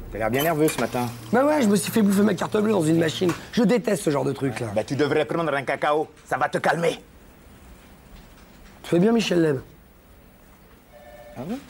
T'as l'air bien nerveux ce matin. Bah ouais, je me suis fait bouffer ma carte bleue dans une machine. Je déteste ce genre de truc, là. Bah tu devrais prendre un cacao, ça va te calmer. Tu fais bien, Michel Leb. Ah bon?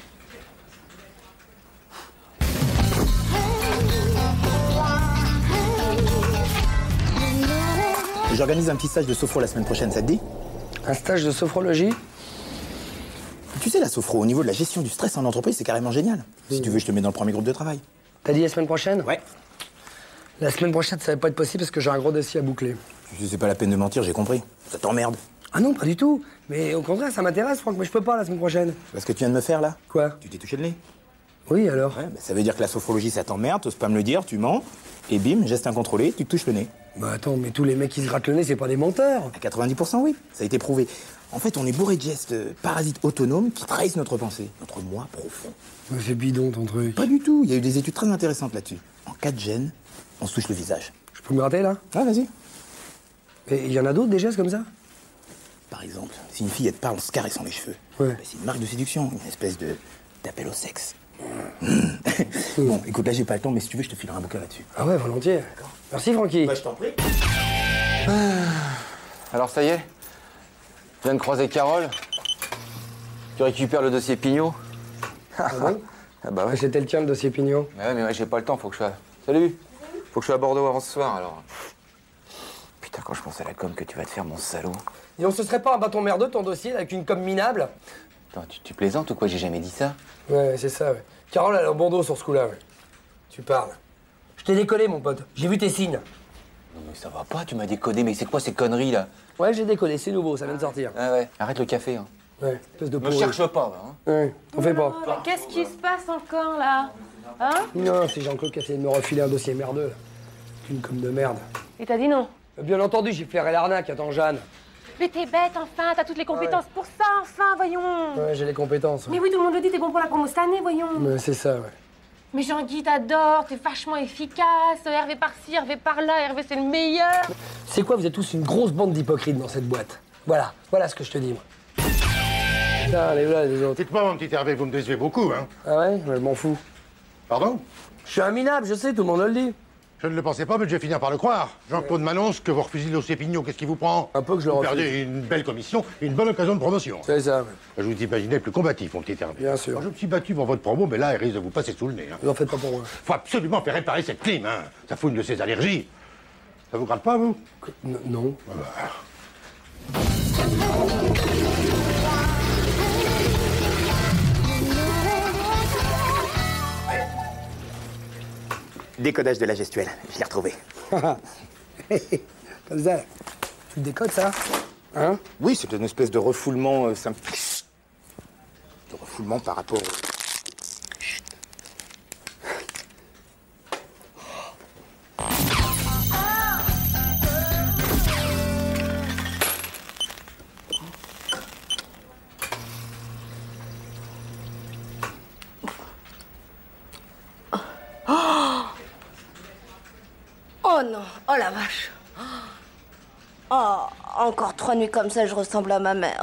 J'organise un petit stage de sophro la semaine prochaine, ça te dit? Un stage de sophrologie? Tu sais, la sophro, au niveau de la gestion du stress en entreprise, c'est carrément génial. Si tu veux, je te mets dans le premier groupe de travail. T'as dit la semaine prochaine? Ouais. La semaine prochaine, ça va pas être possible parce que j'ai un gros dossier à boucler. C'est pas la peine de mentir, j'ai compris. Ça t'emmerde. Ah non, pas du tout. Mais au contraire, ça m'intéresse, Franck, mais je peux pas la semaine prochaine. C'est ce que tu viens de me faire, là? Quoi? Tu t'es touché le nez. Oui, alors? Ouais, bah, ça veut dire que la sophrologie, ça t'emmerde, t'oses pas me le dire, tu mens, et bim, geste incontrôlé, tu te touches le nez. Bah attends, mais tous les mecs qui se grattent le nez, c'est pas des menteurs. À 90%, oui, ça a été prouvé. En fait, on est bourré de gestes parasites autonomes qui trahissent notre pensée, notre moi profond. Ouais, c'est bidon, ton truc. Pas du tout, il y a eu des études très intéressantes là-dessus. En cas de gêne, on se touche le visage. Je peux me gratter, là? Ah, vas-y. Et il y en a d'autres, des gestes comme ça? Par exemple, si une fille, elle te parle en se caressant les cheveux, Ouais. bah, c'est une marque de séduction, une espèce d'appel au sexe. Bon, écoute, là, j'ai pas le temps, mais si tu veux, je te filerai un bouquin là-dessus. Ah ouais, volontiers. D'accord. Merci, Francky. Bah, je t'en prie. Alors ça y est, je viens de croiser Carole. Tu récupères le dossier Pignot. Ah bon? Ah bah ouais. C'était le tien, le dossier Pignot. Mais ouais, j'ai pas le temps, faut que je sois... Salut. Faut que je sois à Bordeaux avant ce soir, alors. Putain, quand je pense à la com que tu vas te faire, mon salaud. Et on se serait pas un bâton merdeux, ton dossier, avec une com minable? Attends, tu plaisantes ou quoi? J'ai jamais dit ça. Ouais, c'est ça, ouais. Carole, elle est en bandeau sur ce coup-là, ouais. Tu parles. Je t'ai décollé, mon pote. J'ai vu tes signes. Non mais ça va pas, tu m'as décodé, mais c'est quoi ces conneries, là? Ouais, j'ai décollé, c'est nouveau, ça vient de sortir. Ah ouais, arrête le café, hein. Ouais, espèce de Me pourri. cherche pas, hein. Ouais, t'en fais pas. Oh, mais qu'est-ce qui se passe encore, là? Hein? Non, c'est Jean-Claude qui a essayé de me refiler un dossier merdeux, là. Une com de merde. Et t'as dit non? Bien entendu, j'ai flairé l'arnaque, attends, Jeanne. Mais t'es bête, enfin, t'as toutes les compétences pour ça, enfin, voyons. Ouais, j'ai les compétences. Mais oui, tout le monde le dit, t'es bon pour la promo cette année, voyons. Ouais, c'est ça, ouais. Mais Jean-Guy t'adore, t'es vachement efficace. Hervé par-ci, Hervé par-là, Hervé c'est le meilleur. C'est quoi, vous êtes tous une grosse bande d'hypocrites dans cette boîte. Voilà ce que je te dis, moi. Putain, allez là, les autres. Dites-moi, mon petit Hervé, vous me décevez beaucoup, hein? Ah ouais? Ouais, je m'en fous. Pardon? Je suis un minable, je sais, tout le monde le dit. Je ne le pensais pas, mais je vais finir par le croire. Jean-Claude m'annonce que vous refusez le dossier Pignot. Qu'est-ce qui vous prend? Un peu que je le Vous refuse. perdez une belle commission et une bonne occasion de promotion. C'est ça, ouais. Je vous imaginais plus combatif, mon petit Hervé. Bien sûr. Alors, je me suis battu pour votre promo, mais là, elle risque de vous passer sous le nez. Hein. Vous en faites pas pour moi. Faut absolument faire réparer cette clim, hein. Ça fout une de ses allergies. Ça vous gratte pas, vous? Non. Décodage de la gestuelle, je l'ai retrouvé. Comme ça. Tu le décodes, ça? Hein? Oui, c'est une espèce de refoulement simple. De refoulement par rapport au... Oh non, oh la vache. Oh, encore 3 nuits comme ça, je ressemble à ma mère.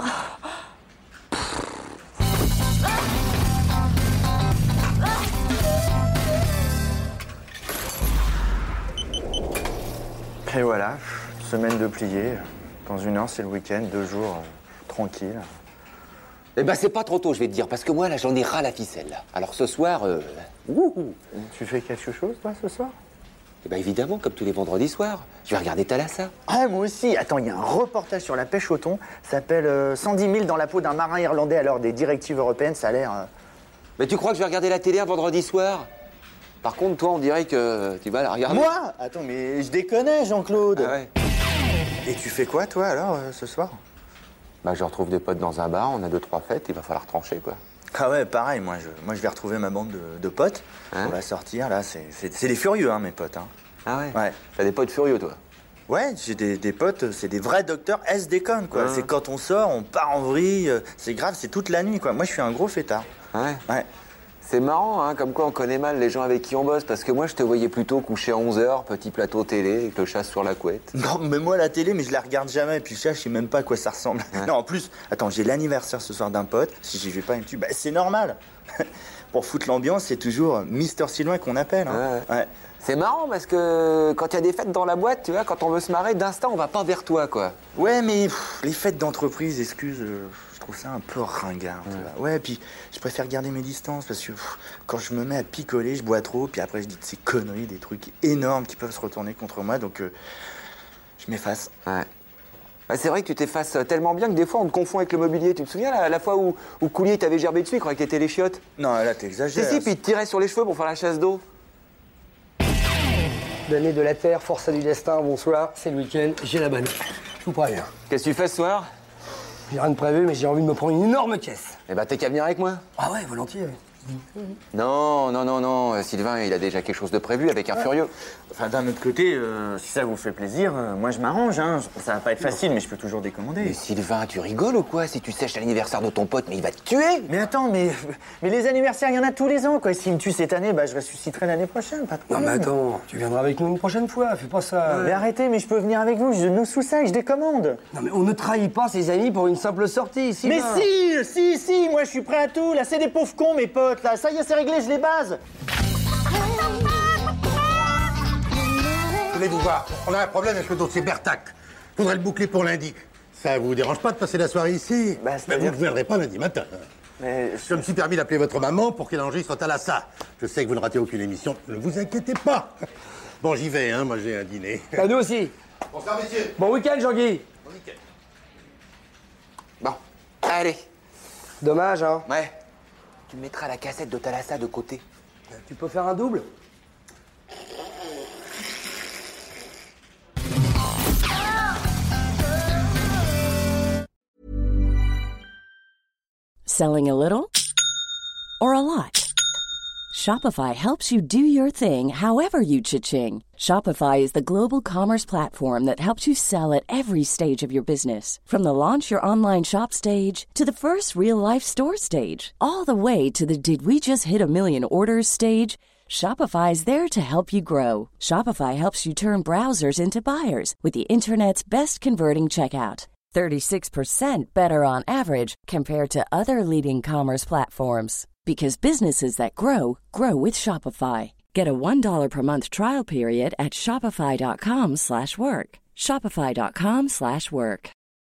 Et voilà, semaine de plié. Dans 1 heure, c'est le week-end, 2 jours tranquille. Eh ben c'est pas trop tôt, je vais te dire, parce que moi, là, j'en ai ras la ficelle, là. Alors ce soir, wouhou. Tu fais quelque chose, toi, ce soir? Eh ben évidemment, comme tous les vendredis soirs, je vais regarder Thalassa. Ah, moi aussi. Attends, il y a un reportage sur la pêche au thon. Ça s'appelle 110 000 dans la peau d'un marin irlandais à l'heure des directives européennes. Ça a l'air... Mais tu crois que je vais regarder la télé un vendredi soir? Par contre, toi, on dirait que tu vas la regarder. Moi? Attends, mais je déconnais, Jean-Claude. Ah ouais. Et tu fais quoi, toi, alors, ce soir? Bah, je retrouve des potes dans un bar, on a 2-3 fêtes, il va falloir trancher, quoi. Ah ouais, pareil, moi je vais retrouver ma bande de potes. Hein? On va sortir, là, c'est des furieux, hein, mes potes. Hein. Ah ouais? Ouais. T'as des potes furieux, toi? Ouais, j'ai des potes, c'est des vrais docteurs S-déconne, quoi. Ah. C'est quand on sort, on part en vrille, c'est grave, c'est toute la nuit, quoi. Moi, je suis un gros fêtard. Ah ouais? Ouais. C'est marrant, hein, comme quoi on connaît mal les gens avec qui on bosse, parce que moi je te voyais plutôt coucher à 11h, petit plateau télé, avec le chat sur la couette. Non, mais moi, la télé, mais je la regarde jamais. Et puis le chat, je sais même pas à quoi ça ressemble. Ouais. Non, en plus, attends, j'ai l'anniversaire ce soir d'un pote. Si j'y vais pas, il me tue. Bah, c'est normal. Pour foutre l'ambiance, c'est toujours Mister Sylvain qu'on appelle. Hein. Ouais. C'est marrant, parce que quand il y a des fêtes dans la boîte, tu vois, quand on veut se marrer, d'instinct, on va pas vers toi, quoi. Ouais, mais les fêtes d'entreprise, excuse, je trouve ça un peu ringard. Tu vois. Ouais, puis je préfère garder mes distances parce que quand je me mets à picoler, je bois trop, puis après je dis de ces conneries, des trucs énormes qui peuvent se retourner contre moi, donc je m'efface. Ouais. Ouais, c'est vrai que tu t'effaces tellement bien que des fois on te confond avec le mobilier. Tu te souviens la fois où Coulier t'avait gerbé dessus, il croyait que t'étais les chiottes? Non, là, t'exagères. Si, puis il te tirait sur les cheveux pour faire la chasse d'eau. Damné de la terre, force du destin, bonsoir, c'est le week-end, j'ai la bonne. Je vous préviens. Qu'est-ce que tu fais ce soir? J'ai rien de prévu, mais j'ai envie de me prendre une énorme caisse. Eh ben, t'es qu'à venir avec moi. Ah ouais, volontiers. Non, Sylvain, il a déjà quelque chose de prévu avec un furieux. Enfin, d'un autre côté, si ça vous fait plaisir, moi je m'arrange. Hein. Ça va pas être facile, mais je peux toujours décommander. Mais Sylvain, tu rigoles ou quoi? Si tu sèches l'anniversaire de ton pote, mais il va te tuer! Mais attends, mais les anniversaires, il y en a tous les ans, quoi. S'il me tue cette année, bah je ressusciterai l'année prochaine, pas de Non problème. mais attends, tu viendras avec nous une prochaine fois, fais pas ça. Mais arrêtez, mais je peux venir avec vous, je nous sous ça et je décommande. Non mais on ne trahit pas ses amis pour une simple sortie, ici. Mais si, moi je suis prêt à tout. Là, c'est des pauvres cons, mes potes, là. Ça y est, c'est réglé, je les base. Venez vous voir. On a un problème avec le dossier Bertac. Faudrait le boucler pour lundi. Ça vous dérange pas de passer la soirée ici? Bah, Mais c'est-à-dire- vous ne viendrez pas lundi matin. Mais Je me suis permis d'appeler votre maman pour qu'elle enregistre à Thalassa. Je sais que vous ne ratez aucune émission. Ne vous inquiétez pas. Bon, j'y vais, hein. Moi, j'ai un dîner. Bah nous aussi. Bonsoir, messieurs. Bon week-end, Jean-Guy. Bon week-end. Bon, allez. Dommage, hein. Ouais. Tu mettras la cassette de Thalassa de côté. Tu peux faire un double? Selling a little or a lot? Shopify helps you do your thing however you cha-ching. Shopify is the global commerce platform that helps you sell at every stage of your business. From the launch your online shop stage to the first real-life store stage, all the way to the did we just hit a million orders stage. Shopify is there to help you grow. Shopify helps you turn browsers into buyers with the internet's best converting checkout. 36% better on average compared to other leading commerce platforms. Because businesses that grow, grow with Shopify. Get a $1 per month trial period at shopify.com/work. Shopify.com/work.